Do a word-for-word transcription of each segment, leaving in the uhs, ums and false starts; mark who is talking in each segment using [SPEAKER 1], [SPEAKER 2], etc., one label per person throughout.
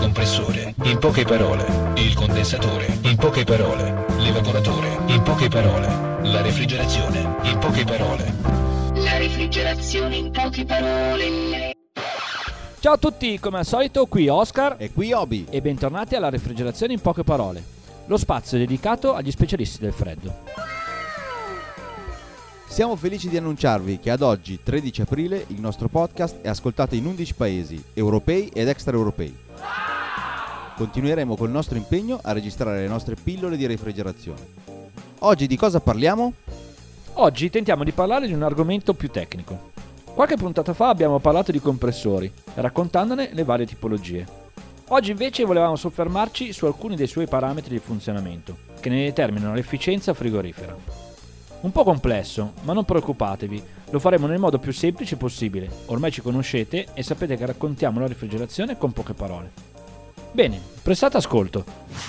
[SPEAKER 1] compressore, in poche parole, il condensatore, in poche parole, l'evaporatore, in poche parole, la refrigerazione, in poche parole.
[SPEAKER 2] La refrigerazione in poche parole.
[SPEAKER 3] Ciao a tutti, come al solito qui Oscar
[SPEAKER 4] e qui Obi
[SPEAKER 3] e bentornati alla refrigerazione in poche parole, lo spazio dedicato agli specialisti del freddo.
[SPEAKER 4] Siamo felici di annunciarvi che ad oggi, tredici aprile, il nostro podcast è ascoltato in undici paesi, europei ed extraeuropei. Continueremo col nostro impegno a registrare le nostre pillole di refrigerazione. Oggi di cosa parliamo?
[SPEAKER 3] Oggi tentiamo di parlare di un argomento più tecnico. Qualche puntata fa abbiamo parlato di compressori, raccontandone le varie tipologie. Oggi invece volevamo soffermarci su alcuni dei suoi parametri di funzionamento, che ne determinano l'efficienza frigorifera. Un po' complesso, ma non preoccupatevi, lo faremo nel modo più semplice possibile. Ormai ci conoscete e sapete che raccontiamo la refrigerazione con poche parole. Bene, prestate ascolto.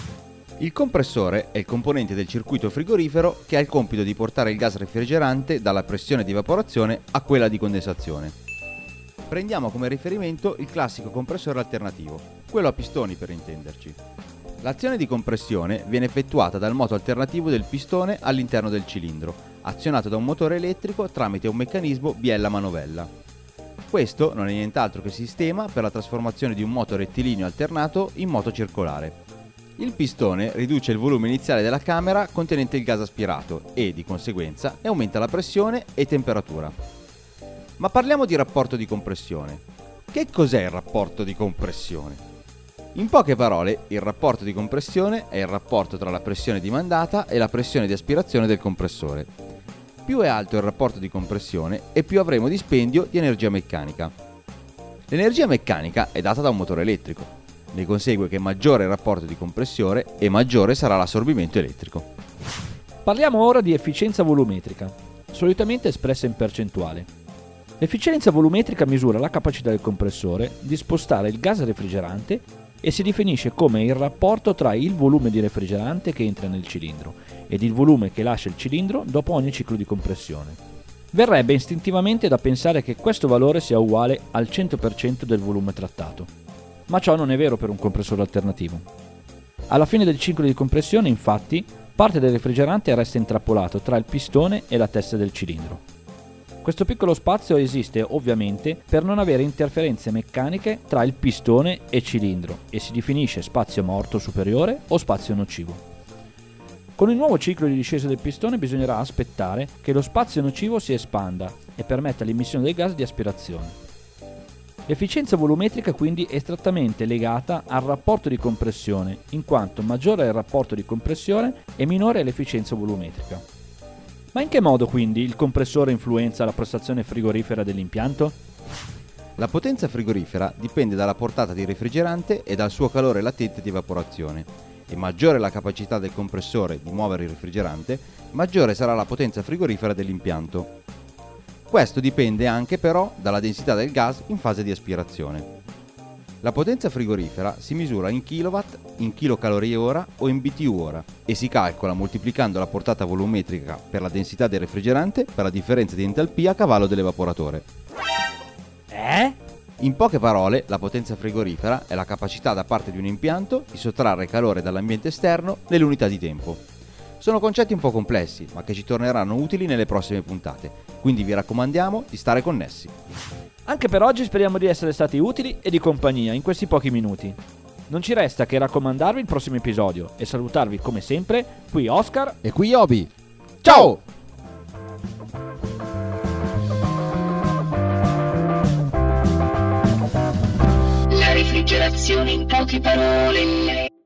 [SPEAKER 4] Il compressore è il componente del circuito frigorifero che ha il compito di portare il gas refrigerante dalla pressione di evaporazione a quella di condensazione. Prendiamo come riferimento il classico compressore alternativo, quello a pistoni per intenderci. L'azione di compressione viene effettuata dal moto alternativo del pistone all'interno del cilindro, azionato da un motore elettrico tramite un meccanismo biella-manovella. Questo non è nient'altro che sistema per la trasformazione di un moto rettilineo alternato in moto circolare. Il pistone riduce il volume iniziale della camera contenente il gas aspirato e, di conseguenza, ne aumenta la pressione e temperatura. Ma parliamo di rapporto di compressione. Che cos'è il rapporto di compressione? In poche parole, il rapporto di compressione è il rapporto tra la pressione dimandata e la pressione di aspirazione del compressore. Più è alto il rapporto di compressione e più avremo dispendio di energia meccanica. L'energia meccanica è data da un motore elettrico. Ne consegue che maggiore è il rapporto di compressione e maggiore sarà l'assorbimento elettrico.
[SPEAKER 3] Parliamo ora di efficienza volumetrica, solitamente espressa in percentuale. L'efficienza volumetrica misura la capacità del compressore di spostare il gas refrigerante e si definisce come il rapporto tra il volume di refrigerante che entra nel cilindro ed il volume che lascia il cilindro dopo ogni ciclo di compressione. Verrebbe istintivamente da pensare che questo valore sia uguale al cento per cento del volume trattato, ma ciò non è vero per un compressore alternativo. Alla fine del ciclo di compressione, infatti, parte del refrigerante resta intrappolato tra il pistone e la testa del cilindro. Questo piccolo spazio esiste ovviamente per non avere interferenze meccaniche tra il pistone e cilindro e si definisce spazio morto superiore o spazio nocivo. Con il nuovo ciclo di discesa del pistone bisognerà aspettare che lo spazio nocivo si espanda e permetta l'emissione del gas di aspirazione. L'efficienza volumetrica quindi è strettamente legata al rapporto di compressione, in quanto maggiore è il rapporto di compressione e minore è l'efficienza volumetrica. Ma in che modo quindi il compressore influenza la prestazione frigorifera dell'impianto?
[SPEAKER 4] La potenza frigorifera dipende dalla portata di refrigerante e dal suo calore latente di evaporazione, e maggiore la capacità del compressore di muovere il refrigerante, maggiore sarà la potenza frigorifera dell'impianto. Questo dipende anche però dalla densità del gas in fase di aspirazione. La potenza frigorifera si misura in kilowatt, in kilocalorie ora o in B T U ora e si calcola moltiplicando la portata volumetrica per la densità del refrigerante per la differenza di entalpia a cavallo dell'evaporatore.
[SPEAKER 3] Eh?
[SPEAKER 4] In poche parole, la potenza frigorifera è la capacità da parte di un impianto di sottrarre calore dall'ambiente esterno nell'unità di tempo. Sono concetti un po' complessi, ma che ci torneranno utili nelle prossime puntate, quindi vi raccomandiamo di stare connessi.
[SPEAKER 3] Anche per oggi speriamo di essere stati utili e di compagnia in questi pochi minuti. Non ci resta che raccomandarvi il prossimo episodio e salutarvi come sempre qui Oscar
[SPEAKER 4] e qui Obi.
[SPEAKER 3] Ciao!
[SPEAKER 2] La refrigerazione in poche parole.